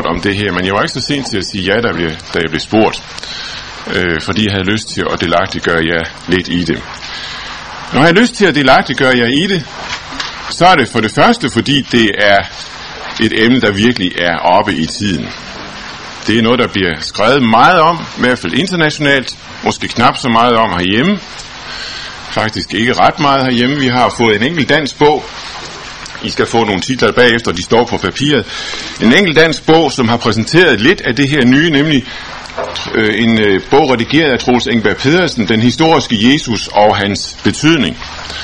om det her, men jeg var ikke så sent til at sige ja, da jeg blev spurgt, fordi jeg havde lyst til at delagtiggøre jer lidt i det. Når jeg har lyst til at delagtiggøre jer i det, så er det for det første, fordi det er et emne, der virkelig er oppe i tiden. Det er noget, der bliver skrevet meget om, i hvert fald internationalt, måske knap så meget om herhjemme. Faktisk ikke ret meget herhjemme. Vi har fået en enkelt dansk bog. I skal få nogle titler bagefter, de står på papiret. En enkelt dansk bog, som har præsenteret lidt af det her nye, nemlig en bog redigeret af Troels Engberg Pedersen, Den historiske Jesus og hans betydning.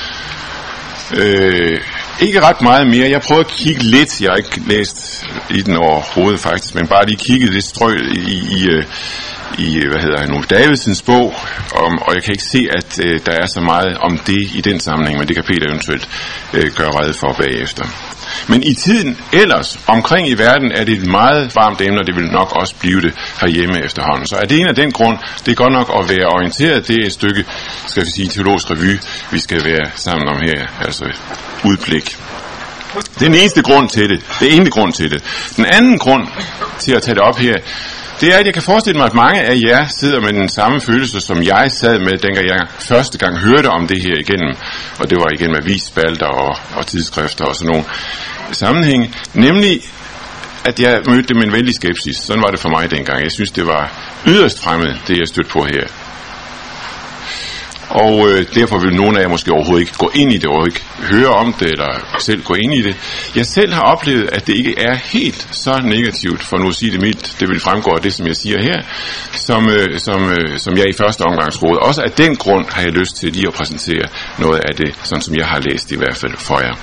Ikke ret meget mere. Jeg prøvede at kigge lidt. Jeg har ikke læst i den overhovedet faktisk, men bare lige kigget lidt strøg i Davidsens bog, og jeg kan ikke se, at der er så meget om det i den sammenhæng, men det kan Peter eventuelt gøre rede for bagefter. Men i tiden ellers, omkring i verden, er det et meget varmt emne, og det vil nok også blive det herhjemme efterhånden. Så er det en af den grund, det er godt nok at være orienteret, det er et stykke, skal vi sige, teologisk revy, vi skal være sammen om her, altså udblik. Det er den eneste grund til det. Det er ene grund til det. Den anden grund til at tage det op her, det er, at jeg kan forestille mig, at mange af jer sidder med den samme følelse, som jeg sad med, dengang jeg første gang hørte om det her igennem. Og det var igennem avisspalter og tidsskrifter og sådan nogle sammenhænge. Nemlig, at jeg mødte det med en vældig skepsis. Sådan var det for mig dengang. Jeg synes, det var yderst fremmed, det jeg stødte på her. Og derfor vil nogle af jer måske overhovedet ikke gå ind i det, og ikke høre om det, eller selv gå ind i det. Jeg selv har oplevet, at det ikke er helt så negativt, for nu at sige det mildt, det vil fremgå af det, som jeg siger her, som jeg i første omgang troede. Også af den grund har jeg lyst til lige at præsentere noget af det, sådan som jeg har læst i hvert fald for jer.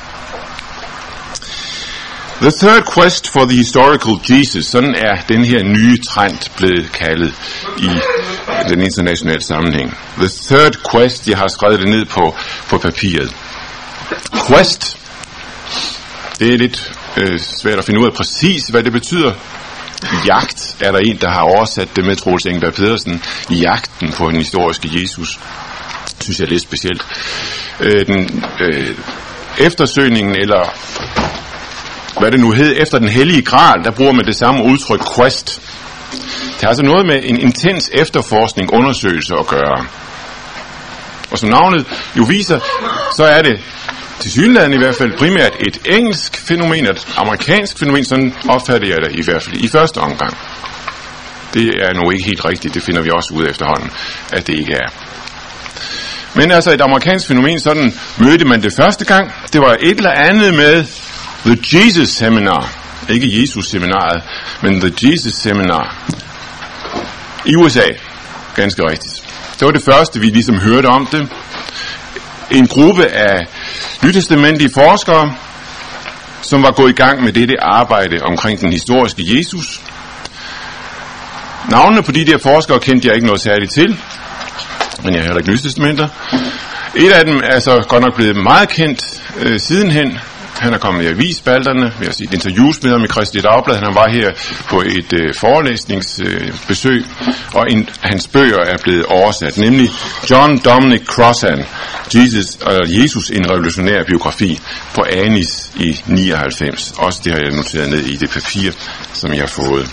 The third quest for the historical Jesus, sådan er den her nye trend blevet kaldet i den internationale sammenhæng. The third quest, jeg har skrevet det ned på papiret. Quest, det er lidt svært at finde ud af præcis, hvad det betyder. Jagt er der en, der har oversat det med Troels Engberg Pedersen. Jagten på den historiske Jesus, synes jeg er lidt specielt. Eftersøgningen, eller hvad det nu hed, efter den hellige gral, der bruger man det samme udtryk quest. Det har altså noget med en intens efterforskning, undersøgelse at gøre. Og som navnet jo viser, så er det tilsyneladende i hvert fald primært et engelsk fænomen, et amerikansk fænomen, sådan opfatter jeg det i hvert fald i første omgang. Det er nu ikke helt rigtigt, det finder vi også ud af efterhånden, at det ikke er. Men altså et amerikansk fænomen, sådan mødte man det første gang. Det var et eller andet med The Jesus Seminar, ikke Jesus seminaret, men The Jesus Seminar i USA, ganske rigtigt. Det var det første, vi ligesom hørte om det. En gruppe af nytestamentlige forskere, som var gået i gang med dette arbejde omkring den historiske Jesus. Navnene på de der forskere kendte jeg ikke noget særligt til, men jeg har heller ikke nytestamenter. Et af dem er så godt nok blevet meget kendt sidenhen. Han er kommet i avisspalterne, vi har set interviews med ham i Kristi Dagblad. Han var her på et forelæsningsbesøg, og hans bøger er blevet oversat, nemlig John Dominic Crossan, Jesus en revolutionær biografi, på Anis i 99. Også det har jeg noteret ned i det papir, som jeg har fået.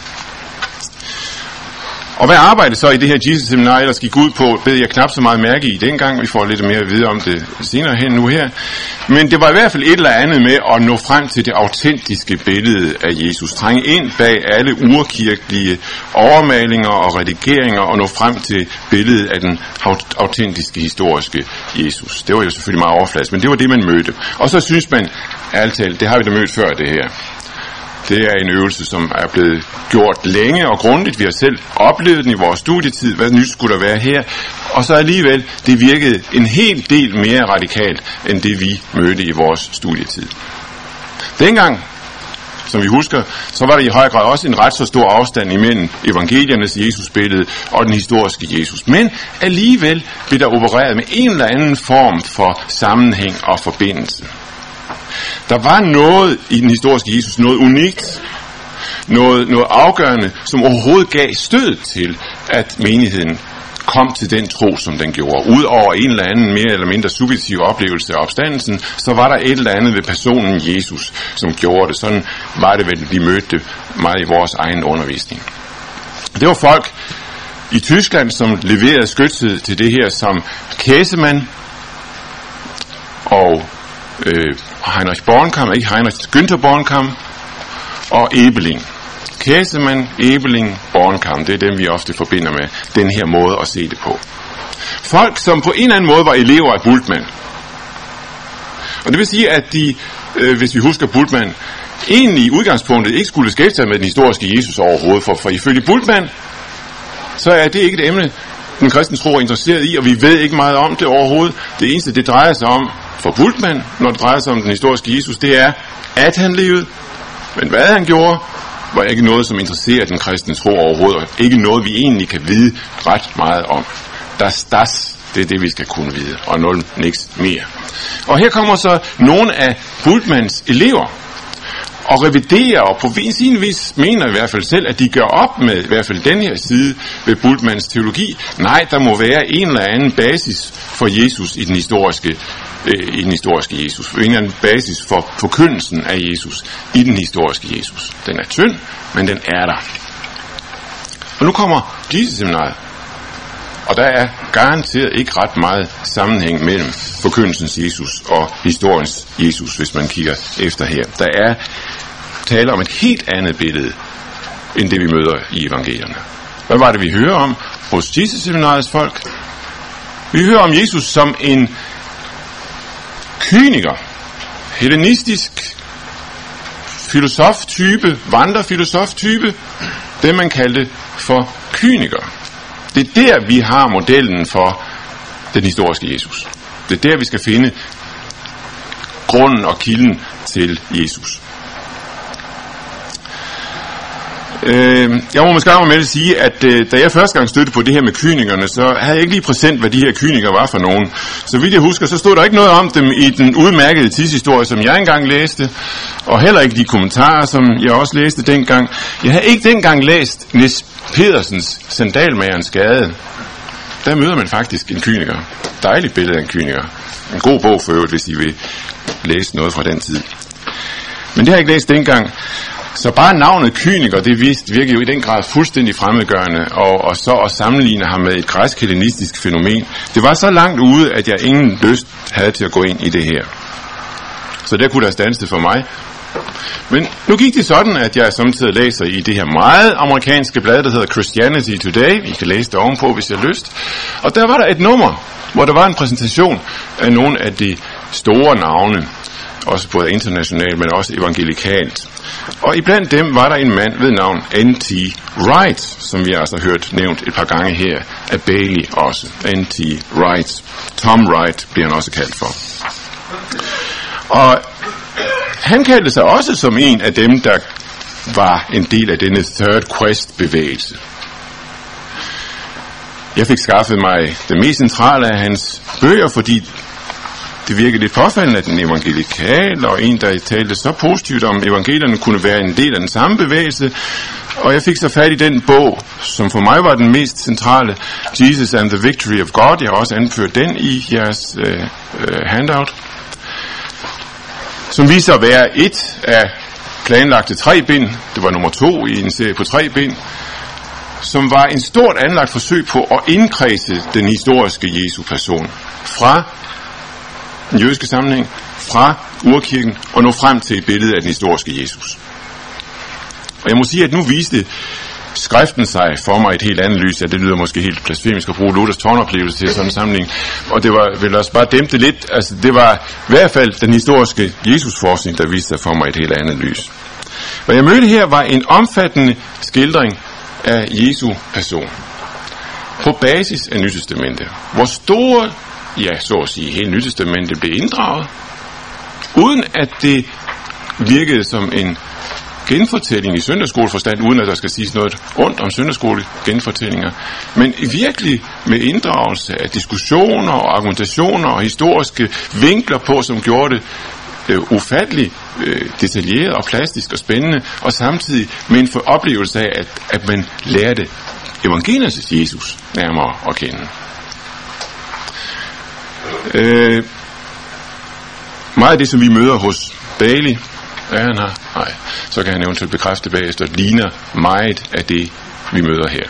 Og hvad arbejdet så i det her Jesus-seminar ellers gik ud på, bed jeg knap så meget mærke i dengang. Vi får lidt mere at vide om det senere hen nu her. Men det var i hvert fald et eller andet med at nå frem til det autentiske billede af Jesus. Trænge ind bag alle urkirkelige overmalinger og redigeringer og nå frem til billedet af den autentiske historiske Jesus. Det var jo selvfølgelig meget overfladisk, men det var det, man mødte. Og så synes man, ærligt talt, det har vi da mødt før det her. Det er en øvelse, som er blevet gjort længe og grundigt. Vi har selv oplevet den i vores studietid. Hvad nyt skulle der være her? Og så alligevel, det virkede en hel del mere radikalt, end det vi mødte i vores studietid. Dengang, som vi husker, så var der i høj grad også en ret så stor afstand imellem evangeliernes Jesusbillede og den historiske Jesus. Men alligevel blev der opereret med en eller anden form for sammenhæng og forbindelse. Der var noget i den historiske Jesus, noget unikt, noget afgørende, som overhovedet gav stød til, at menigheden kom til den tro, som den gjorde. Udover en eller anden mere eller mindre subjektiv oplevelse af opstandelsen, så var der et eller andet ved personen Jesus, som gjorde det. Sådan var det vel, vi mødte det meget i vores egen undervisning. Det var folk i Tyskland, som leverede skytset til det her som Käsemann og Heinrich Bornkamm, ikke Heinrich, Günther Bornkamm og Ebeling. Käsemann, Ebeling, Bornkamm, det er dem, vi ofte forbinder med den her måde at se det på. Folk, som på en eller anden måde var elever af Bultmann. Og det vil sige, at de, hvis vi husker Bultmann, egentlig i udgangspunktet ikke skulle skæfte sig med den historiske Jesus overhovedet, for ifølge Bultmann, så er det ikke et emne, den kristne tro er interesseret i, og vi ved ikke meget om det overhovedet. Det eneste, det drejer sig om for Bultmann, når det drejer sig om den historiske Jesus, det er, at han levede. Men hvad han gjorde, var ikke noget, som interesserer den kristne tro overhovedet, og ikke noget, vi egentlig kan vide ret meget om. Das, det er det, vi skal kunne vide, og nul niks mere. Og her kommer så nogle af Bultmanns elever, og reviderer, og på sin vis mener i hvert fald selv, at de gør op med i hvert fald den her side ved Bultmanns teologi. Nej, der må være en eller anden basis for Jesus i den historiske Jesus. En eller anden basis for forkyndelsen af Jesus i den historiske Jesus. Den er tynd, men den er der. Og nu kommer Jesus-seminariet. Og der er garanteret ikke ret meget sammenhæng mellem forkyndelsens Jesus og historiens Jesus, hvis man kigger efter her. Der er tale om et helt andet billede, end det vi møder i evangelierne. Hvad var det, vi hører om hos Jesus-seminariets folk? Vi hører om Jesus som en kyniker, hellenistisk filosof-type, vandrefilosof-type, det man kaldte for kyniker. Det er der, vi har modellen for den historiske Jesus. Det er der, vi skal finde grunden og kilden til Jesus. Jeg må måske med at sige, at da jeg første gang stødte på det her med kynikerne, så havde jeg ikke lige præsent, hvad de her kynikere var for nogen. Så vidt jeg husker, så stod der ikke noget om dem i den udmærkede tidshistorie, som jeg engang læste, og heller ikke de kommentarer, som jeg også læste dengang. Jeg havde ikke dengang læst Nis Pedersens Sandalmagerens Gade. Der møder man faktisk en kyniker. Dejligt billede af en kyniker. En god bog for øvrigt, hvis I vil læse noget fra den tid. Men det har jeg ikke læst dengang. Så bare navnet kyniker, det virker jo i den grad fuldstændig fremmedgørende, og så at sammenligne ham med et græsk-hellenistisk fænomen. Det var så langt ude, at jeg ingen lyst havde til at gå ind i det her. Så der kunne der standse for mig. Men nu gik det sådan, at jeg samtidig læser i det her meget amerikanske blad, der hedder Christianity Today. I kan læse det ovenpå, hvis I har lyst. Og der var der et nummer, hvor der var en præsentation af nogle af de store navne, også både internationalt, men også evangelikalt. Og iblandt dem var der en mand ved navn N.T. Wright, som vi altså har hørt nævnt et par gange her af Bailey også. N.T. Wright. Tom Wright bliver han også kaldt for. Og han kaldte sig også som en af dem, der var en del af denne Third Quest-bevægelse. Jeg fik skaffet mig det mest centrale af hans bøger, fordi det virkede lidt påfaldende, at den evangelikale og en, der talte så positivt om evangelierne, kunne være en del af den samme bevægelse. Og jeg fik så fat i den bog, som for mig var den mest centrale, Jesus and the Victory of God. Jeg har også anført den i jeres handout, som viser at være et af planlagte 3 bind. Det var nummer 2 i en serie på 3 bind, som var en stort anlagt forsøg på at indkredse den historiske Jesu person fra den jødiske sammenhæng, fra urkirken og nå frem til et billede af den historiske Jesus. Og jeg må sige, at nu viste skriften sig for mig et helt andet lys. Ja, det lyder måske helt blasfemisk at bruge Luthers tårnoplevelse til sådan en sammenhæng. Og det var vel også bare dæmpe det lidt. Altså, det var i hvert fald den historiske Jesus-forskning, der viste sig for mig et helt andet lys. Hvad jeg mødte her var en omfattende skildring af Jesu person. På basis af Nyt Testamente. Hvor store, ja, så at sige, hele Nyt Testamente blev inddraget, uden at det virkede som en genfortælling i søndagsskoleforstand, uden at der skal siges noget ondt om søndagsskole-genfortællinger, men virkelig med inddragelse af diskussioner og argumentationer og historiske vinkler på, som gjorde det ufatteligt detaljeret og plastisk og spændende, og samtidig med en oplevelse af, at man lærte evangeliernes Jesus nærmere at kende. Meget af det, som vi møder hos Bailey, er han her? Nej. Så kan han eventuelt bekræfte bagefter, ligner meget af det, vi møder her.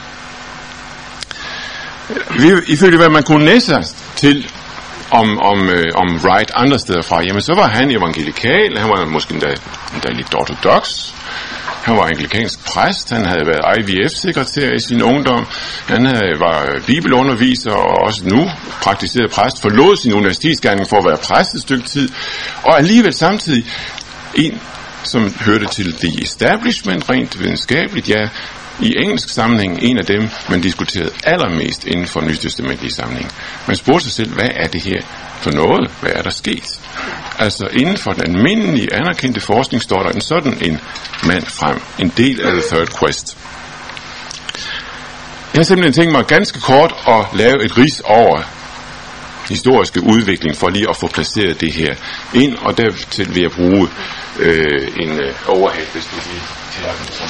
Ifølge hvad man kunne læse sig til om Wright andre steder fra, jamen så var han evangelikal, han var måske endda lidt ortodox, han var anglikansk præst, han havde været IVF-sekretær i sin ungdom, han var bibelunderviser og også nu praktiserede præst, forlod sin universitetsgerning for at være præst et stykke tid, og alligevel samtidig en, som hørte til the establishment rent videnskabeligt, ja, i engelsk sammenhæng en af dem, man diskuterede allermest inden for nytestamentlige sammenhæng. Man spurgte sig selv, hvad er det her for noget? Hvad er der sket? Altså inden for den almindelige, anerkendte forskning står der sådan en mand frem. En del af The Third Quest. Jeg har simpelthen tænkt mig ganske kort at lave et rids over historiske udvikling, for lige at få placeret det her ind, og dertil vil jeg bruge en overhead, hvis du lige tager den.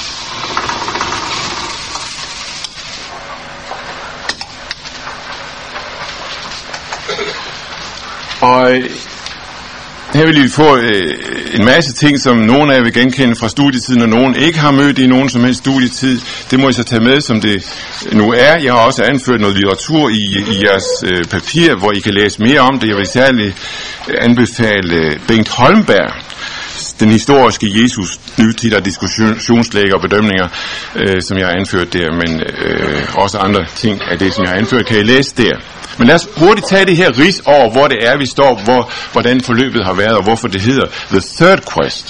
Og her vil I få en masse ting, som nogle af jer vil genkende fra studietiden, og nogen ikke har mødt i nogen som helst studietid. Det må I så tage med, som det nu er. Jeg har også anført noget litteratur i jeres papir, hvor I kan læse mere om det. Jeg vil særligt anbefale Bengt Holmberg, Den historiske Jesus, nytitler, diskussionslæger og bedømninger, som jeg har anført der, men også andre ting af det, som jeg har anført, kan I læse der. Men lad os hurtigt tage det her rids over, hvor det er, vi står, hvordan forløbet har været, og hvorfor det hedder The Third Quest.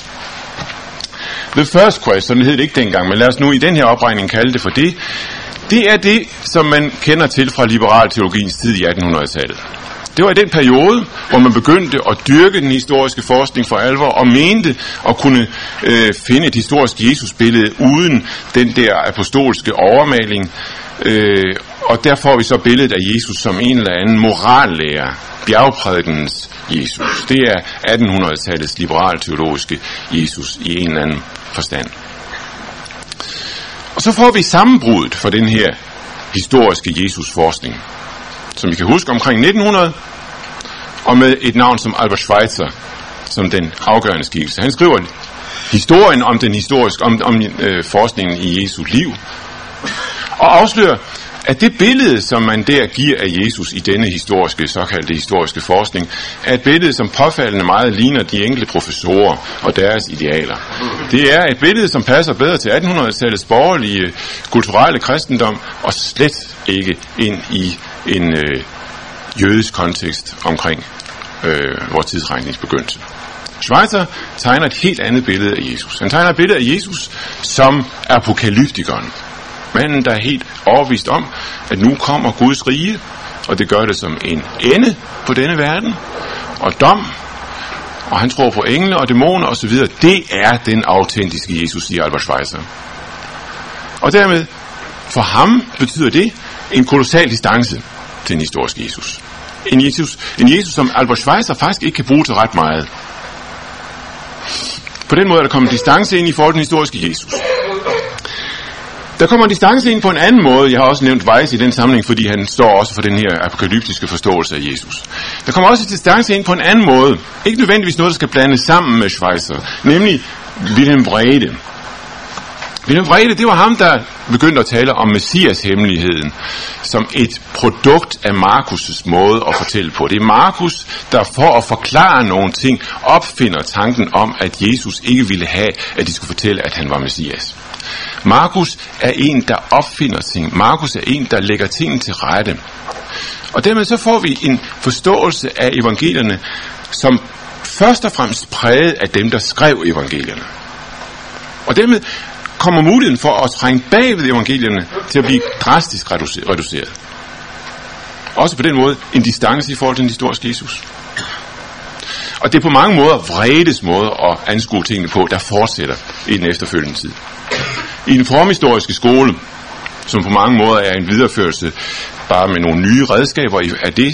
The First Quest, sådan hed det ikke dengang, men lad os nu i den her opregning kalde det for det. Det er det, som man kender til fra liberal teologiens tid i 1800-tallet. Det var i den periode, hvor man begyndte at dyrke den historiske forskning for alvor, og mente at kunne finde et historisk Jesusbillede uden den der apostolske overmaling. Og der får vi så billedet af Jesus som en eller anden morallærer, bjergprædikenens Jesus. Det er 1800-tallets liberal-teologiske Jesus i en eller anden forstand. Og så får vi sammenbruddet for den her historiske Jesus-forskning, som vi kan huske omkring 1900, og med et navn som Albert Schweitzer som den afgørende skikkelse. Han skriver historien om den historiske forskningen i Jesu liv, og afslører, at det billede, som man der giver af Jesus i denne såkaldte historiske forskning, er et billede, som påfaldende meget ligner de enkelte professorer og deres idealer. Det er et billede, som passer bedre til 1800-tallets borgerlige kulturelle kristendom, og slet ikke ind i en jødisk kontekst omkring vores tidsregnings begyndelse. Schweitzer tegner et helt andet billede af Jesus. Han tegner et billede af Jesus som apokalyptikeren. Manden, der er helt overbevist om, at nu kommer Guds rige, og det gør det som en ende på denne verden, og dom, og han tror på engle og dæmoner osv. Det er den autentiske Jesus, siger Albert Schweitzer. Og dermed, for ham betyder det en kolossal distance til en historisk Jesus. En Jesus, som Albert Schweitzer faktisk ikke kan bruge til ret meget. På den måde er der kommet distance ind i forhold til den historiske Jesus. Der kommer en distance ind på en anden måde. Jeg har også nævnt Weiss i den sammenhæng, fordi han står også for den her apokalyptiske forståelse af Jesus. Der kommer også en distance ind på en anden måde. Ikke nødvendigvis noget, der skal blandes sammen med Schweitzer. Nemlig Wilhelm Wrede. Wilhelm Wrede, det var ham, der begyndte at tale om Messias-hemmeligheden som et produkt af Markus' måde at fortælle på. Det er Markus, der for at forklare nogle ting, opfinder tanken om, at Jesus ikke ville have, at de skulle fortælle, at han var Messias. Markus er en, der opfinder ting. Markus er en, der lægger tingene til rette. Og dermed så får vi en forståelse af evangelierne, som først og fremmest præget af dem, der skrev evangelierne. Og dermed kommer muligheden for at trænge bag ved evangelierne til at blive drastisk reduceret. Også på den måde en distance i forhold til den historiske Jesus. Og det er på mange måder Wredes måde at anskue tingene på, der fortsætter i den efterfølgende tid. I den formhistoriske skole, som på mange måder er en videreførelse, bare med nogle nye redskaber af det,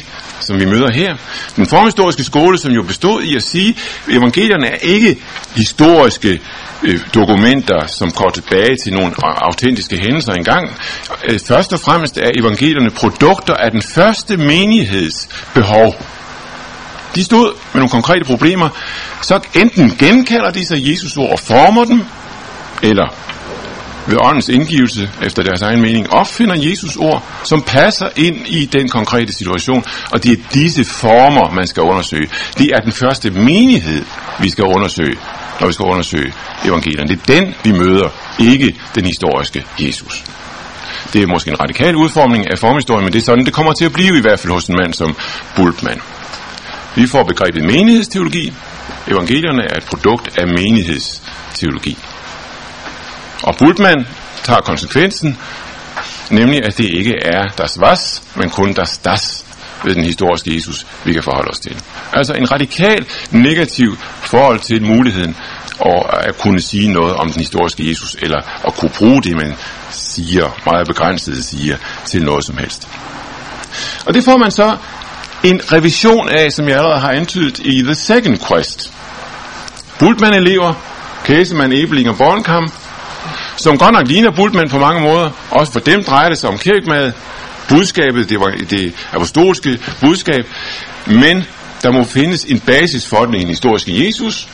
som vi møder her. Den forhistoriske skole, som jo bestod i at sige, at evangelierne er ikke historiske dokumenter, som går tilbage til nogle autentiske hændelser engang. Først og fremmest er evangelierne produkter af den første menigheds behov. De stod med nogle konkrete problemer, så enten genkalder de sig Jesus ord og former dem, eller ved åndens indgivelse, efter deres egen mening, opfinder Jesus ord, som passer ind i den konkrete situation, og det er disse former, man skal undersøge. Det er den første menighed, vi skal undersøge, når vi skal undersøge evangelierne. Det er den, vi møder, ikke den historiske Jesus. Det er måske en radikal udformning af formhistorien, men det er sådan, det kommer til at blive i hvert fald hos en mand som Bultmann. Vi får begrebet menighedsteologi. Evangelierne er et produkt af menighedsteologi. Og Bultmann tager konsekvensen, nemlig at det ikke er das was, men kun das ved den historiske Jesus, vi kan forholde os til. Altså en radikal negativ forhold til muligheden at kunne sige noget om den historiske Jesus, eller at kunne bruge det, man siger, meget begrænset siger, til noget som helst. Og det får man så en revision af, som jeg allerede har antydet i The Second Quest. Bultmann-elever, Käsemann, Ebeling og Bornkamp, som godt nok ligner Bultmann på mange måder. Også for dem drejer det sig om kirkemad. Budskabet, det var det apostolske budskab. Men der må findes en basis for den historiske Jesus.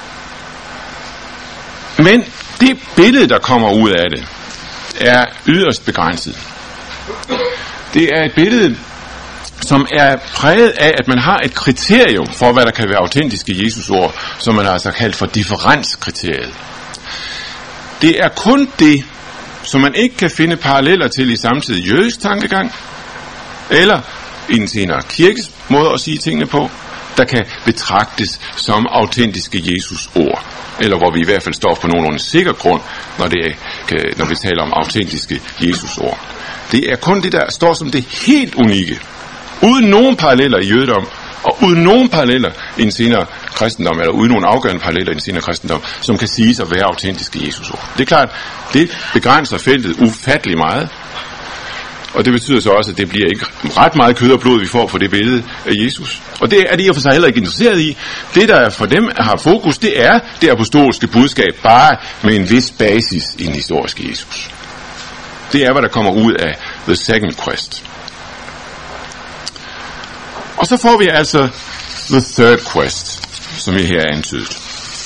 Men det billede, der kommer ud af det, er yderst begrænset. Det er et billede, som er præget af, at man har et kriterium for, hvad der kan være autentiske Jesusord, som man altså kaldt for differenskriteriet. Det er kun det, som man ikke kan finde paralleller til i samtidig jødisk tankegang, eller i en senere kirkes måde at sige tingene på, der kan betragtes som autentiske Jesus-ord, eller hvor vi i hvert fald står på nogenlunde sikker grund, når vi taler om autentiske Jesus-ord. Det er kun det, der står som det helt unikke, uden nogen paralleller i jødedom, og uden nogen paralleller i en senere kristendom, eller uden nogen afgørende paralleller i en senere kristendom, som kan siges at være autentiske Jesusord. Det er klart, det begrænser feltet ufattelig meget, og det betyder så også, at det bliver ikke ret meget kød og blod, vi får på det billede af Jesus. Og det er de for sig heller ikke interesseret i. Det, der for dem har fokus, det er det apostolske budskab, bare med en vis basis i den historiske Jesus. Det er, hvad der kommer ud af The Second Quest. Og så får vi altså The Third Quest, som jeg her antydet.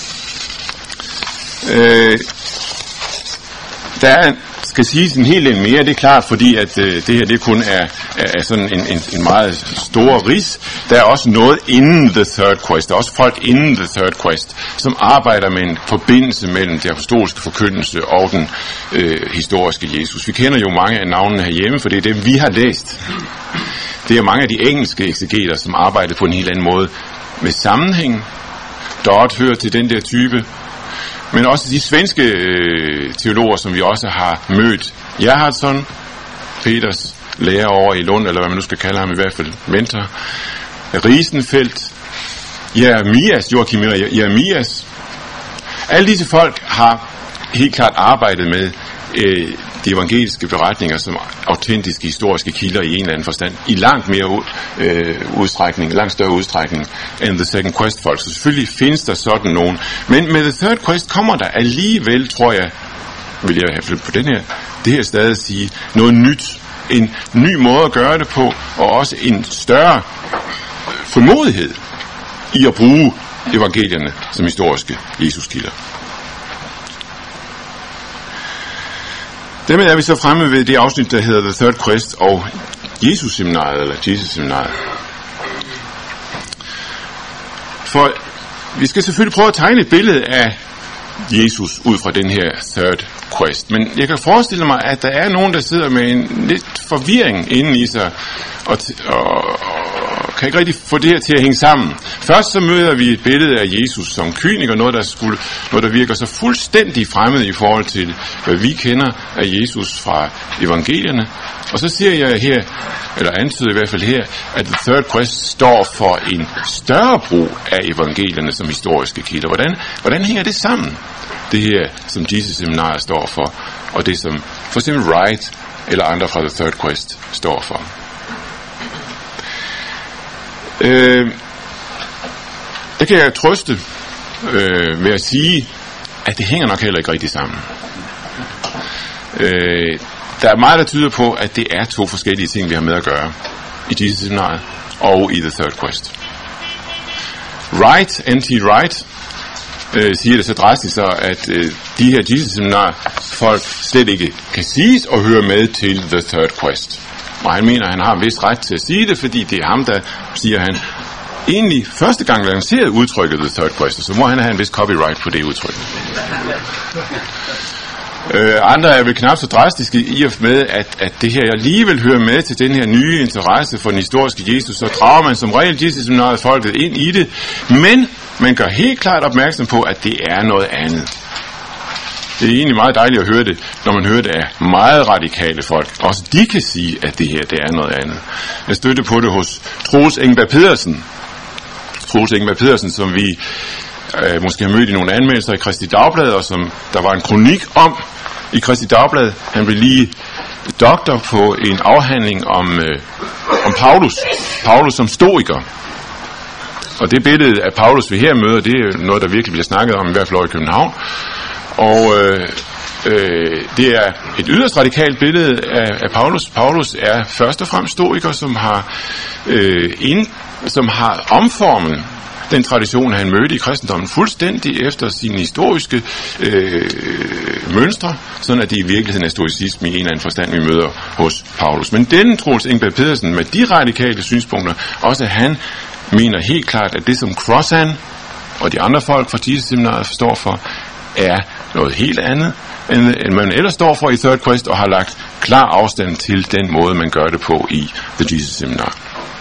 Der skal siges en hel del mere, det er klart, fordi at det her det kun er sådan en meget stor ris. Der er også noget inden The Third Quest, der er også folk inden The Third Quest, som arbejder med en forbindelse mellem det apostolske forkyndelse og den historiske Jesus. Vi kender jo mange af navnene herhjemme, for det er dem, vi har læst. Det er mange af de engelske eksegeter, som arbejder på en helt anden måde med sammenhæng. Dodd hører til den der type. Men også de svenske teologer, som vi også har mødt. Gerhardsson, Peters lærer over i Lund, eller hvad man nu skal kalde ham, i hvert fald mentor. Riesenfeldt, Joachim Jeremias. Alle disse folk har helt klart arbejdet med de evangeliske beretninger som autentiske historiske kilder i en eller anden forstand, i langt mere udstrækning, langt større udstrækning end The Second Quest folk. Så selvfølgelig findes der sådan nogen. Men med The Third Quest kommer der alligevel, tror jeg, vil jeg have på det her stadig sige, noget nyt. En ny måde at gøre det på, og også en større frimodighed i at bruge evangelierne som historiske Jesuskilder. Dermed er vi så fremme ved det afsnit, der hedder The Third Quest og Jesus-seminariet, eller Jesus-seminariet. For vi skal selvfølgelig prøve at tegne et billede af Jesus ud fra den her Third Quest. Men jeg kan forestille mig, at der er nogen, der sidder med en lidt forvirring inden i sig, og kan ikke rigtig få det her til at hænge sammen. Først så møder vi et billede af Jesus som kyniker, noget der virker så fuldstændig fremmed i forhold til, hvad vi kender af Jesus fra evangelierne. Og så siger jeg her, eller antyder i hvert fald her, at The Third Quest står for en større brug af evangelierne som historiske kilder. Hvordan hænger det sammen? Det her, som Jesus-seminariet står for, og det som for eksempel Wright eller andre fra The Third Quest står for. Det kan jeg trøste ved at sige, at det hænger nok heller ikke rigtig sammen. Der er meget, der tyder på, at det er to forskellige ting, vi har med at gøre i Jesus-seminariet og i The Third Quest. Wright, N.T. Wright, siger det så drastisk, at de her Jesus-seminar-folk slet ikke kan siges og høre med til The Third Quest. Og han mener, at han har en vis ret til at sige det, fordi det er ham, der, siger han, egentlig første gang lancerede udtrykket The Third Quest, så må han have en vis copyright på det udtryk. Andre er vel knap så drastiske i og med, at det her alligevel hører med til den her nye interesse for den historiske Jesus, så drager man som regel Jesus-seminariet folket ind i det, men man gør helt klart opmærksom på, at det er noget andet. Det er egentlig meget dejligt at høre det, når man hører det af meget radikale folk. Også de kan sige, at det her det er noget andet. Jeg støtter på det hos Troels Engberg Pedersen. Troels Engberg Pedersen, som vi måske har mødt i nogle anmeldelser i Kristi Dagblad, og som der var en kronik om i Kristi Dagblad. Han blev lige doktor på en afhandling om Paulus som stoiker. Og det billede af Paulus, vi her møder, det er noget, der virkelig bliver snakket om, i hvert fald over i København. Og det er et yderst radikalt billede af Paulus. Paulus er først og fremmest stoiker, som har omformet den tradition, han mødte i kristendommen, fuldstændig efter sine historiske mønstre, sådan at det i virkeligheden er stoicisme i en eller anden forstand, vi møder hos Paulus. Men denne Troels Engberg Pedersen med de radikale synspunkter, også han mener helt klart, at det som Crossan og de andre folk fra Jesus-seminariet står for, er noget helt andet, end man ellers står for i Third Quest, og har lagt klar afstand til den måde, man gør det på i The Jesus-seminar.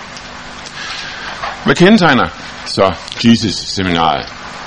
Hvad kendetegner så Jesus-seminariet?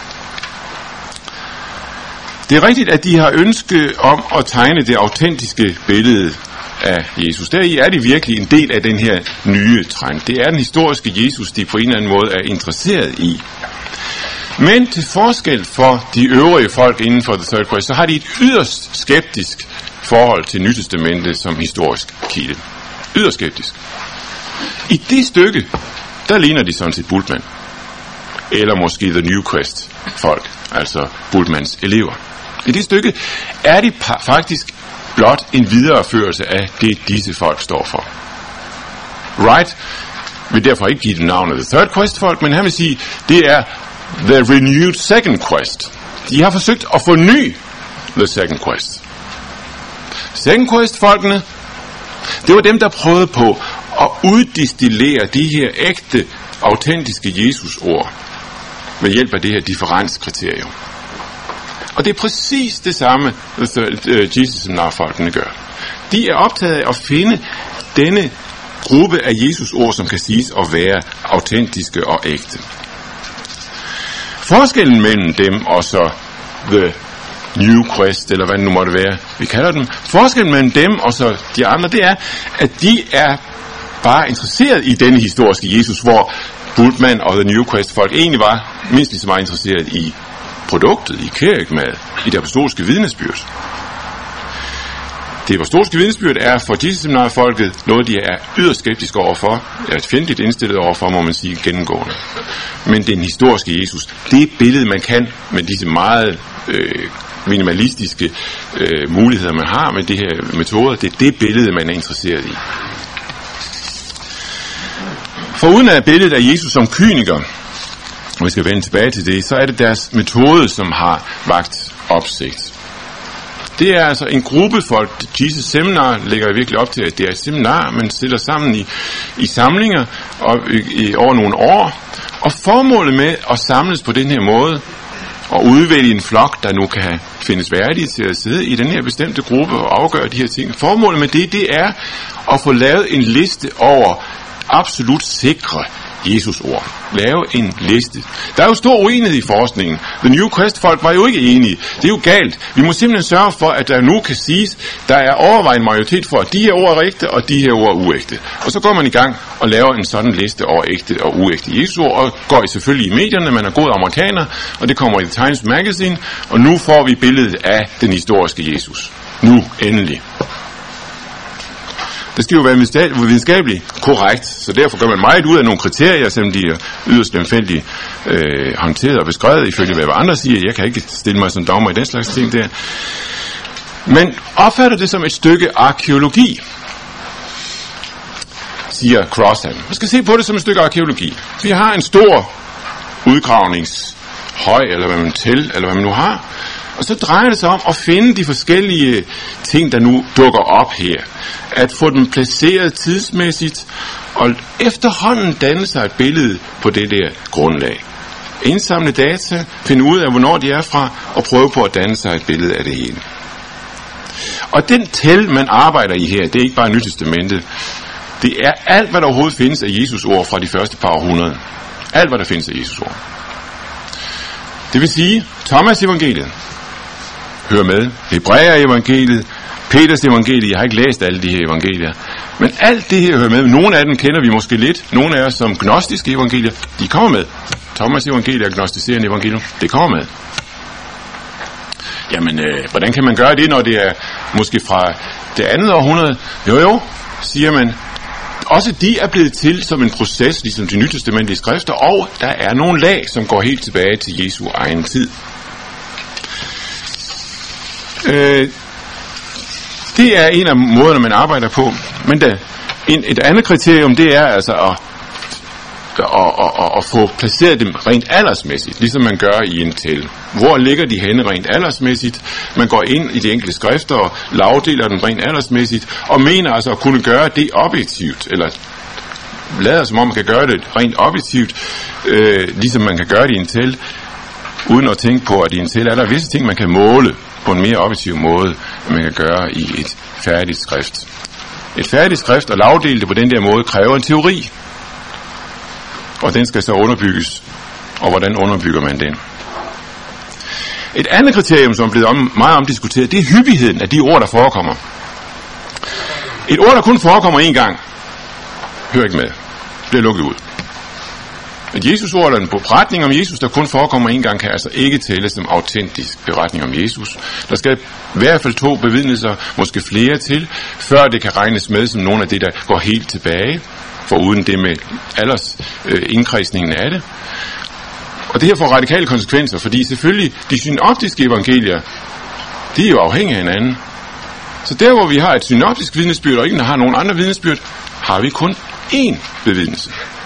Det er rigtigt, at de har ønske om at tegne det autentiske billede af Jesus. Deri er de virkelig en del af den her nye trend. Det er den historiske Jesus, de på en eller anden måde er interesseret i. Men til forskel for de øvrige folk inden for The Third Quest, så har de et yderst skeptisk forhold til Nyt Testamentet som historisk kilde. Yderst skeptisk. I det stykke, der ligner de sådan set Bultmann. Eller måske The New Quest folk, altså Bultmanns elever. I det stykke er de faktisk blot en videreførelse af det, disse folk står for. Wright vil derfor ikke give det navnet The Third Quest folk, men han vil sige, det er The Renewed Second Quest. De har forsøgt at forny The Second Quest. Second Quest-folkene, det var dem, der prøvede på at uddistillere de her ægte, autentiske Jesus-ord ved hjælp af det her differenskriterium. Og det er præcis det samme, Jesus-seminar-folkene gør. De er optaget af at finde denne gruppe af Jesus-ord, som kan siges at være autentiske og ægte. Forskellen mellem dem og så The New Quest, eller hvad det nu måtte være, vi kalder dem. Forskellen mellem dem og så de andre, det er, at de er bare interesseret i denne historiske Jesus, hvor Bultmann og The New Quest folk egentlig var mindst lige så meget interesseret i produktet, i kærigmad, i det apostolske vidnesbyrd. Det apostolske vidnesbyrd er for Jesus-seminarfolket noget, de er yderst skeptiske overfor, er fjendtligt indstillet overfor, må man sige, gennemgående. Men den historiske Jesus, det billede, man kan med disse meget minimalistiske muligheder, man har med de her metoder, det er det billede, man er interesseret i. For uden af billedet af Jesus som kyniker, og vi skal vende tilbage til det, så er det deres metode, som har vakt opsigt. Det er altså en gruppe folk. Jesus Seminar lægger virkelig op til, at det er et seminar, man stiller sammen i samlinger over nogle år. Og formålet med at samles på den her måde, og udvælge en flok, der nu kan findes værdige til at sidde i den her bestemte gruppe og afgøre de her ting. Formålet med det er at få lavet en liste over absolut sikre Jesus-ord. Lave en liste. Der er jo stor uenighed i forskningen. The New Quest-folk var jo ikke enige. Det er jo galt. Vi må simpelthen sørge for, at der nu kan siges, der er overvejende majoritet for, at de her ord er ægte, og de her ord er uægte. Og så går man i gang og laver en sådan liste over ægte og uægte Jesus-ord, og går selvfølgelig i medierne, man er god amerikaner, og det kommer i The Times Magazine, og nu får vi billedet af den historiske Jesus. Nu, endelig. Det skal jo være videnskabeligt korrekt, så derfor gør man meget ud af nogle kriterier, selvom de er yderst lemfældigt håndteret og beskrevet, ifølge hvad andre siger. Jeg kan ikke stille mig som dommer i den slags ting der. Men opfatter det som et stykke arkeologi, siger Crossan. Man skal se på det som et stykke arkeologi. Vi har en stor udgravningshøj, eller hvad man eller hvad man nu har, og så drejer det sig om at finde de forskellige ting, der nu dukker op her. At få dem placeret tidsmæssigt, og efterhånden danne sig et billede på det der grundlag. Indsamle data, finde ud af, hvornår de er fra, og prøve på at danne sig et billede af det hele. Og den tæl, man arbejder i her, det er ikke bare Nyt Testamentet. Det er alt, hvad der overhovedet findes af Jesus ord fra de første par århundreder. Alt, hvad der findes af Jesus ord. Det vil sige, Thomas evangeliet hører med, Hebræer evangeliet, Peters evangeliet, jeg har ikke læst alle de her evangelier, men alt det her hører med. Nogle af dem kender vi måske lidt. Nogle af os som gnostiske evangelier, de kommer med. Thomas evangeliet og gnostiserende evangelium, det kommer med. Jamen, hvordan kan man gøre det, når det er måske fra det andet århundrede? Jo, siger man. Også de er blevet til som en proces, ligesom de nytestamentlige skrifter, og der er nogle lag, som går helt tilbage til Jesu egen tid. Det er en af måderne, man arbejder på. Men et andet kriterium, det er altså at få placeret dem rent aldersmæssigt, ligesom man gør i en tæl. Hvor ligger de henne rent aldersmæssigt? Man går ind i de enkelte skrifter og lavdeler dem rent aldersmæssigt, og mener altså at kunne gøre det objektivt, eller lader som om man kan gøre det rent objektivt, ligesom man kan gøre det i en tæl, uden at tænke på, at i en tæl er der visse ting, man kan måle på en mere objektiv måde, end man kan gøre i et færdigt skrift. Et færdigt skrift og lavdele det på den der måde kræver en teori, og den skal så underbygges. Og hvordan underbygger man den? Et andet kriterium, som er blevet meget omdiskuteret, det er hyppigheden af de ord, der forekommer. Et ord, der kun forekommer én gang, hør ikke med, bliver lukket ud. Et Jesus-ord eller en beretning om Jesus, der kun forekommer én gang, kan altså ikke tælles som autentisk beretning om Jesus. Der skal i hvert fald 2 bevidnelser, måske flere til, før det kan regnes med som nogle af det, der går helt tilbage, foruden det med indkredsningen af det. Og det her får radikale konsekvenser, fordi selvfølgelig de synoptiske evangelier, de er jo afhængige af hinanden. Så der, hvor vi har et synoptisk vidnesbyrd, og ingen har nogen andre vidnesbyrd, har vi kun én bevidnelse.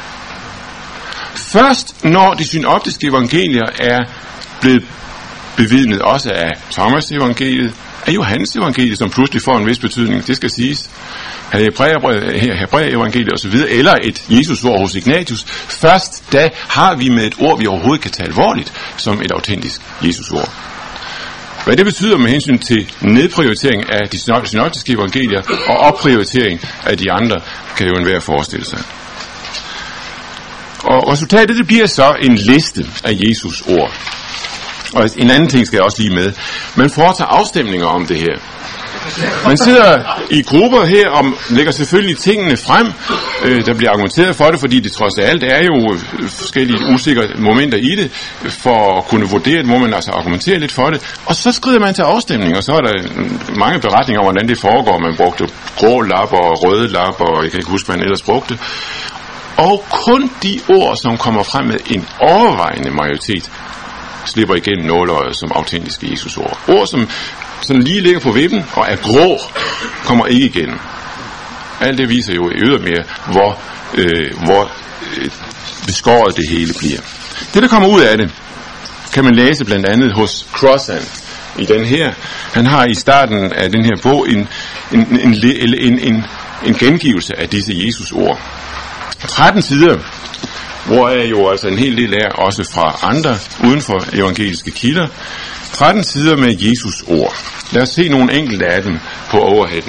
Først når de synoptiske evangelier er blevet bevidnet også af Thomas evangeliet, af Johannes evangeliet, som pludselig får en vis betydning, det skal siges, af Hebræer evangeliet osv., eller et Jesus-ord hos Ignatius, først da har vi med et ord, vi overhovedet kan tage alvorligt, som et autentisk Jesus-ord. Hvad det betyder med hensyn til nedprioritering af de synoptiske evangelier og opprioritering af de andre, kan jo enhver forestille sig. Og resultatet det bliver så en liste af Jesus ord. Og en anden ting skal jeg også lige med. Man foretager afstemninger om det her. Man sidder i grupper her og lægger selvfølgelig tingene frem. Der bliver argumenteret for det, fordi det trods alt er jo forskellige usikre momenter i det. For at kunne vurdere det, må man altså argumentere lidt for det. Og så skrider man til afstemning, og så er der mange beretninger om, hvordan det foregår. Man brugte grå lapper og røde lapper, og jeg kan ikke huske, hvad man ellers brugte. Og kun de ord, som kommer frem med en overvejende majoritet, slipper igennem nåleøjet som autentiske Jesus-ord. Ord, som sådan lige ligger på vippen og er grå, kommer ikke igennem. Alt det viser jo ydermere, hvor beskåret det hele bliver. Det, der kommer ud af det, kan man læse blandt andet hos Crossan i den her. Han har i starten af den her bog en gengivelse af disse Jesus-ord. 13 sider, hvor er jo altså en hel del af også fra andre uden for evangeliske kilder. 13 sider med Jesus ord. Lad os se nogle enkelte af dem på overheaden.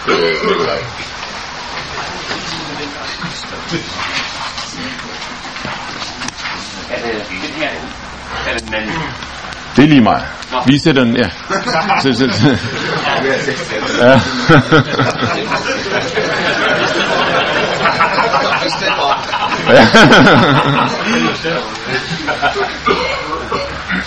Det er lige meget. Vi sætter den, ja. Ja.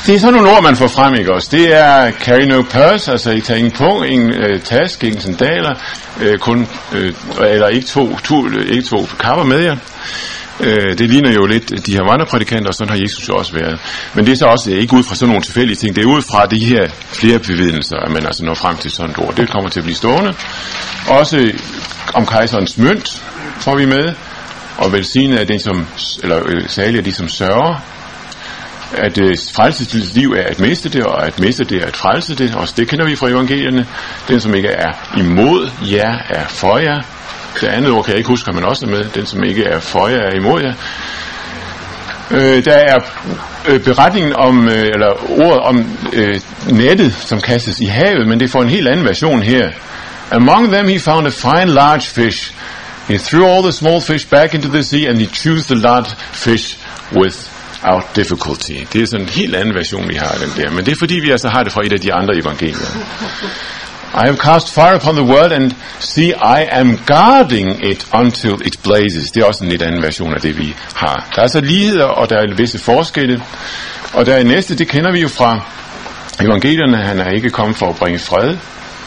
Det er sådan nogle ord, man får frem, ikke også? Det er carry no purse, altså I tager ingen punkt, ingen taske, ingen sandaler, eller ikke to kapper med jer. Det ligner jo lidt de her vandreprædikanter, og sådan har Jesus jo også været. Men det er så også ikke ud fra sådan nogle tilfældige ting. Det er ud fra de her flere bevidnelser, at man altså når frem til sådan et ord. Det kommer til at blive stående. Også om kejserens mønt får vi med. Og velsignet af den som, eller særligt af de som sørger. At frelsesliv er at miste det, og at miste det er at frelse det. Også det kender vi fra evangelierne. Den som ikke er imod jer, er for jer. Det andet ord kan jeg ikke huske, at man også er med. Den som ikke er for jer, er imod jer. Der er beretningen om, eller ordet om nettet, som kastes i havet, men det får en helt anden version her. Among them he found a fine large fish. He threw all the small fish back into the sea, and he chose the large fish without difficulty. Det er sådan en helt anden version, vi har af den der. Men det er fordi, vi altså har det fra et af de andre evangelier. I have cast fire upon the world, and see, I am guarding it until it blazes. Det er også en lidt anden version af det, vi har. Der er altså ligheder, og der er visse forskelle. Og der er næste, det kender vi jo fra evangelierne. Han er ikke kommet for at bringe fred,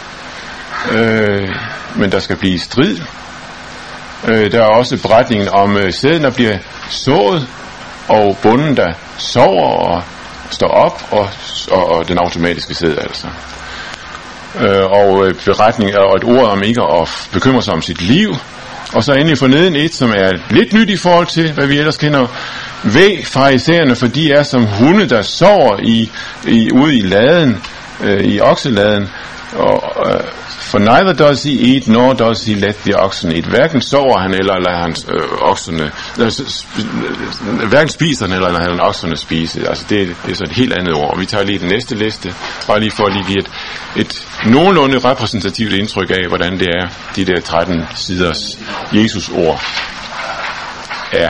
men der skal blive strid. Der er også beretningen om sæden, der bliver sået, og bunden, der sover og står op, og den automatiske sæd altså. Og beretning og et ord om ikke at bekymre sig om sit liv. Og så endelig forneden et, som er lidt nyt i forhold til, hvad vi ellers kender. Væg farisæerne, for de er som hunde, der sover ude i laden, i okseladen. For neither does he eat, nor does he let the oxen eat. Hverken sover han, eller lader han okserne, hverken spiser han, eller lader han okserne spise. Altså det er så et helt andet ord. Vi tager lige den næste liste, bare lige for at lige give et nogenlunde repræsentativt indtryk af, hvordan det er, de der 13 siders Jesus-ord er.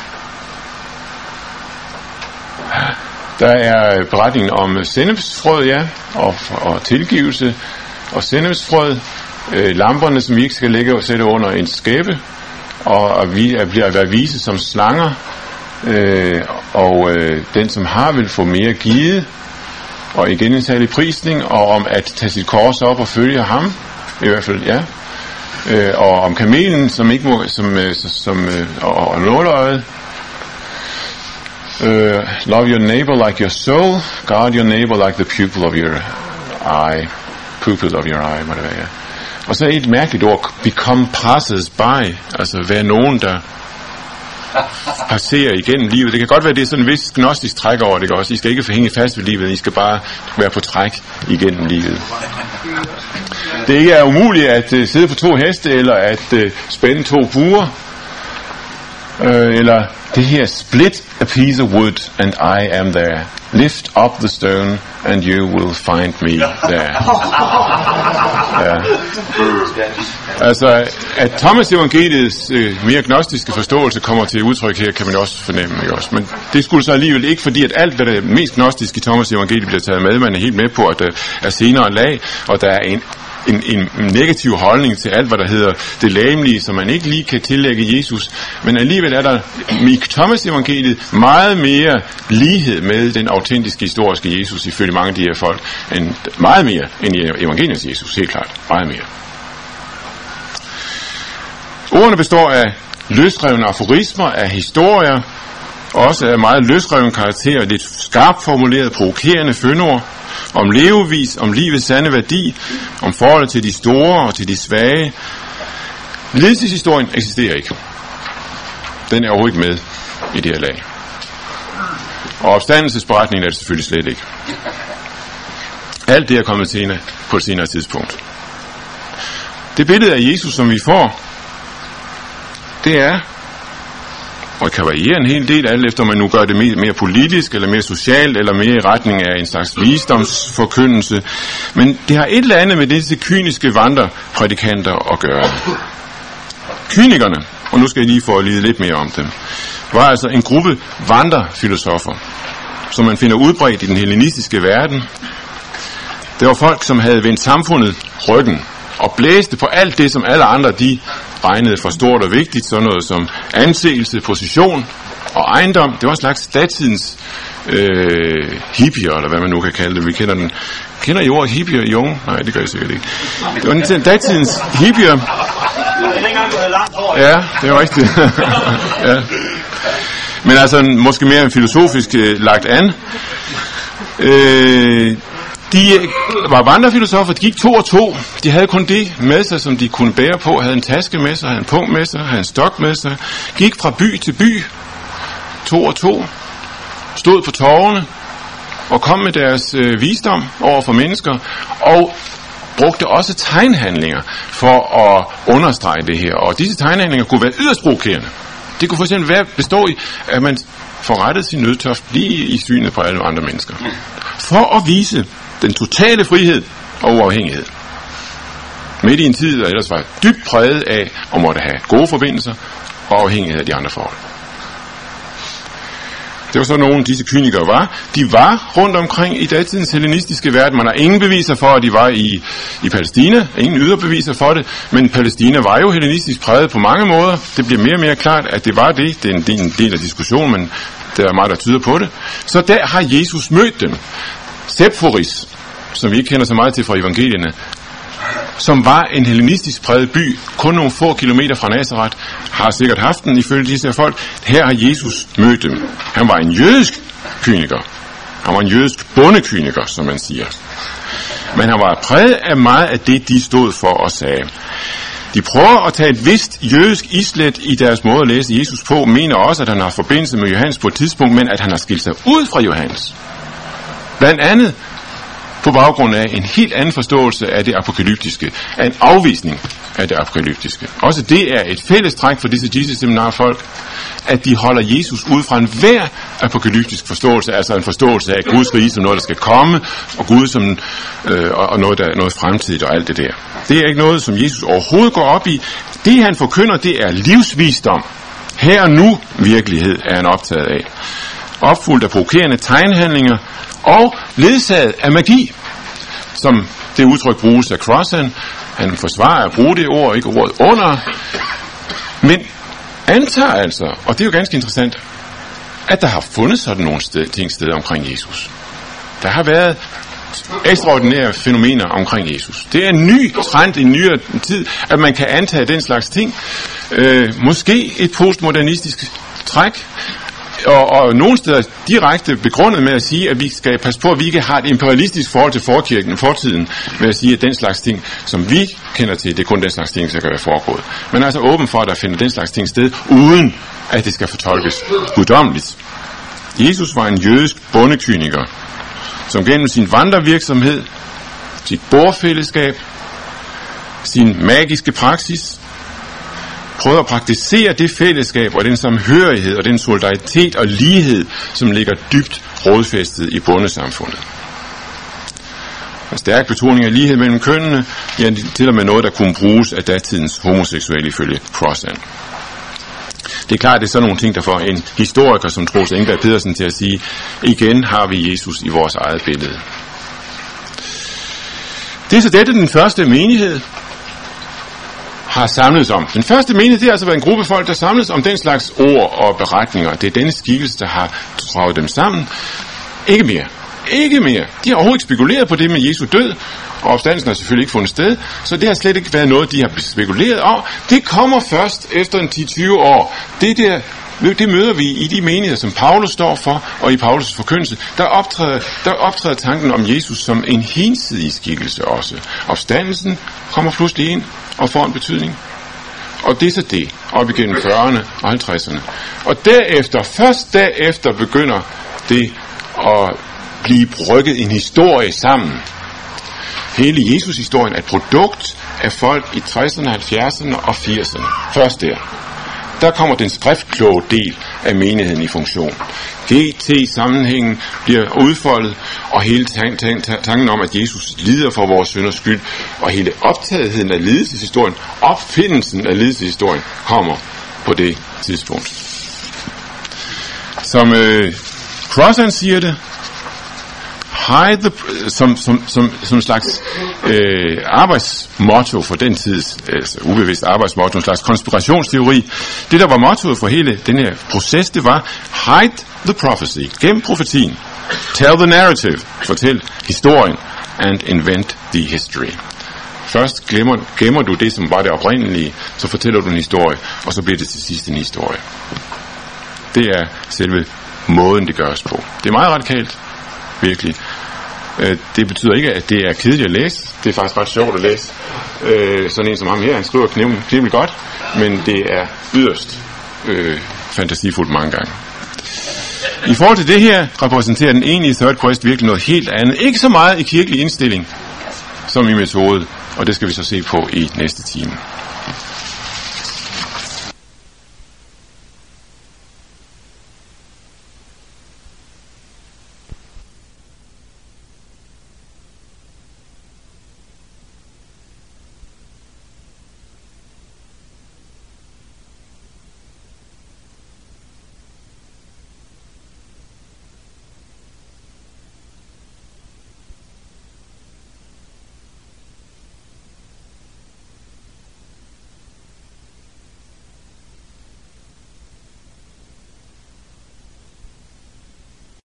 Der er beretningen om sennepsfrød, ja, og tilgivelse, og sennepsfrød, lamperne, som vi ikke skal lægge og sætte under en skæppe, og vi bliver at være vise som slanger, og den, som har, vil få mere givet, og igen en særlig prisning, og om at tage sit kors op og følge ham, i hvert fald, ja, og om kamelen, som ikke må, og nåleøjet, love your neighbor like your soul, guard your neighbor like the pupil of your eye. Pupil of your eye, må det være, ja. Og så et mærkeligt ord, become passers by, altså være nogen, der passerer igennem livet. Det kan godt være, det er sådan en vis gnostisk træk over det også. I skal ikke hænge fast ved livet, I skal bare være på træk igennem livet. Det ikke er umuligt at sidde på 2 heste, eller at spænde 2 buer, eller det her, split a piece of wood, and I am there. Lift up the stone, and you will find me there. Ja. Altså, at Thomas evangeliets mere gnostiske forståelse kommer til udtryk her, kan man også fornemme, ikke også? Men det skulle så alligevel ikke, fordi at alt, hvad der er mest gnostisk i Thomas evangeliet, bliver taget med. Man er helt med på, at der er senere lag, og der er en negativ holdning til alt, hvad der hedder det legemlige, som man ikke lige kan tillægge Jesus. Men alligevel er der i Thomas evangeliet meget mere lighed med den autentiske historiske Jesus, ifølge mange af de her folk, meget mere end i evangeliets Jesus, helt klart. Meget mere. Ordene består af løsrevne aforismer, af historier, også af meget løsrevne karakterer, lidt skarpt formuleret, provokerende fyndord, om levevis, om livets sande værdi, om forholdet til de store og til de svage. Lidelseshistorien eksisterer ikke. Den er overhovedet ikke med i det her lag. Og opstandelsesberetningen er det selvfølgelig slet ikke. Alt det er kommet senere, på et senere tidspunkt. Det billede af Jesus, som vi får, det er, og det kan variere en hel del, alt efter om man nu gør det mere politisk, eller mere socialt, eller mere i retning af en slags visdomsforkyndelse. Men det har et eller andet med disse kyniske vandreprædikanter at gøre. Kynikerne, og nu skal jeg lige få at lide lidt mere om dem, var altså en gruppe vandrefilosofer, som man finder udbredt i den hellenistiske verden. Det var folk, som havde vendt samfundet ryggen, og blæste på alt det, som alle andre de regnede for stort og vigtigt, sådan noget som anseelse, position, og ejendom. Det var en slags datidens hippier, eller hvad man nu kan kalde det. Vi kender den. Kender I ordet hippier i unge? Nej, det gør jeg sikkert ikke. Det var den datidens hippier. Ja, det er rigtigt. Ja. Men altså måske mere filosofisk lagt an. De var vandrefilosofer, de gik 2 og 2. De havde kun det med sig, som de kunne bære på. Havde en taske med sig, havde en punkt med sig, havde en stok med sig. Gik fra by til by, 2 og 2. Stod på torvene og kom med deres visdom over for mennesker. Og brugte også tegnhandlinger for at understrege det her. Og disse tegnhandlinger kunne være yderst provokerende. Det kunne for eksempel bestå i, at man forrettede sin nødtørft lige i synet på alle andre mennesker. For at vise den totale frihed og uafhængighed. Midt i en tid, der ellers var dybt præget af at måtte have gode forbindelser og afhængighed af de andre forhold. Det var så nogle af disse kynikere var. De var rundt omkring i datidens hellenistiske verden. Man har ingen beviser for, at de var i Palæstina. Ingen yderbeviser for det. Men Palæstina var jo hellenistisk præget på mange måder. Det bliver mere og mere klart, at det var det. Det er en del af diskussionen, men der er meget, der tyder på det. Så der har Jesus mødt dem. Sepphoris, som vi ikke kender så meget til fra evangelierne, som var en hellenistisk præget by, kun nogle få kilometer fra Nazareth, har sikkert haft den ifølge disse folk. Her har Jesus mødt dem. Han var en jødisk kyniker. Han var en jødisk bondekyniker, som man siger. Men han var præget af meget af det, de stod for og sagde. De prøver at tage et vist jødisk islet i deres måde at læse Jesus på, mener også, at han har forbindelse med Johannes på et tidspunkt, men at han har skilt sig ud fra Johannes. Blandt andet på baggrund af en helt anden forståelse af det apokalyptiske, af en afvisning af det apokalyptiske. Også det er et fælles træk for disse Jesus-seminarfolk, at de holder Jesus ud fra enhver apokalyptisk forståelse, altså en forståelse af Guds rige som noget, der skal komme, og Gud som og noget fremtidigt og alt det der. Det er ikke noget, som Jesus overhovedet går op i. Det han forkynder, det er livsvisdom. Her og nu virkelighed er han optaget af. Opfuldt af provokerende tegnhandlinger, og ledsaget af magi, som det udtryk bruges af Crossan. Han forsvarer at bruge det ord, ikke ordet under, men antager altså, og det er jo ganske interessant, at der har fundet sådan nogle steder omkring Jesus. Der har været ekstraordinære fænomener omkring Jesus. Det er en ny trend i en nyere tid, at man kan antage den slags ting. Måske et postmodernistisk træk, og nogle steder direkte begrundet med at sige, at vi skal passe på, at vi ikke har et imperialistisk forhold til forkirken, fortiden, med at sige, at den slags ting, som vi kender til, det er kun den slags ting, der kan være foregået. Men altså åben for, at der finder den slags ting sted, uden at det skal fortolkes guddommeligt. Jesus var en jødisk bondekyniker, som gennem sin vandrevirksomhed, sit bordfællesskab, sin magiske praksis, prøver at praktisere det fællesskab og den samhørighed og den solidaritet og lighed, som ligger dybt rodfæstet i bondesamfundet. En stærk betoning af lighed mellem kønnene, ja, til og med noget, der kunne bruges af datidens homoseksuelle ifølge Crossan. Det er klart, det er sådan nogle ting, der får en historiker som Troels Engberg Pedersen til at sige, igen har vi Jesus i vores eget billede. Det er så dette den første menighed har samlet om. Den første menighed, det har altså været en gruppe folk, der samles om den slags ord og beretninger. Det er denne skikkelse, der har travet dem sammen. Ikke mere. Ikke mere. De har overhovedet ikke spekuleret på det med Jesu død, og opstandelsen har selvfølgelig ikke fundet sted, så det har slet ikke været noget, de har spekuleret om. Det kommer først efter en 10-20 år. Det møder vi i de menigheder, som Paulus står for, og i Paulus' forkyndelse. Der optræder tanken om Jesus som en hinsidig skikkelse også. Opstandelsen kommer pludselig ind og får en betydning. Og det er så det, op igennem 40'erne og 50'erne. Og først derefter begynder det at blive brygget en historie sammen. Hele Jesus-historien er et produkt af folk i 60'erne, 70'erne og 80'erne. Først der kommer den skriftkloge del af menigheden i funktion. GT-sammenhængen bliver udfoldet, og hele tanken om, at Jesus lider for vores synders skyld, og hele optagetheden af lidelseshistorien, opfindelsen af lidelseshistorien, kommer på det tidspunkt. Som Crossan siger det, hide som slags arbejdsmotto for den tids, altså ubevidst arbejdsmotto, en slags konspirationsteori. Det, der var mottoet for hele den her proces, det var hide the prophecy, gem profetien, tell the narrative, fortæl historien, and invent the history. Først gemmer du det, som var det oprindelige, så fortæller du en historie, og så bliver det til sidst en historie. Det er selve måden, det gøres på. Det er meget radikalt, virkelig. Det betyder ikke, at det er kedeligt at læse. Det er faktisk ret sjovt at læse. Sådan en som ham her, han skriver knivligt godt, men det er yderst fantasifuldt mange gange. I forhold til det her, repræsenterer den egentlige Third Quest virkelig noget helt andet. Ikke så meget i kirkelig indstilling, som i metode, og det skal vi så se på i næste time.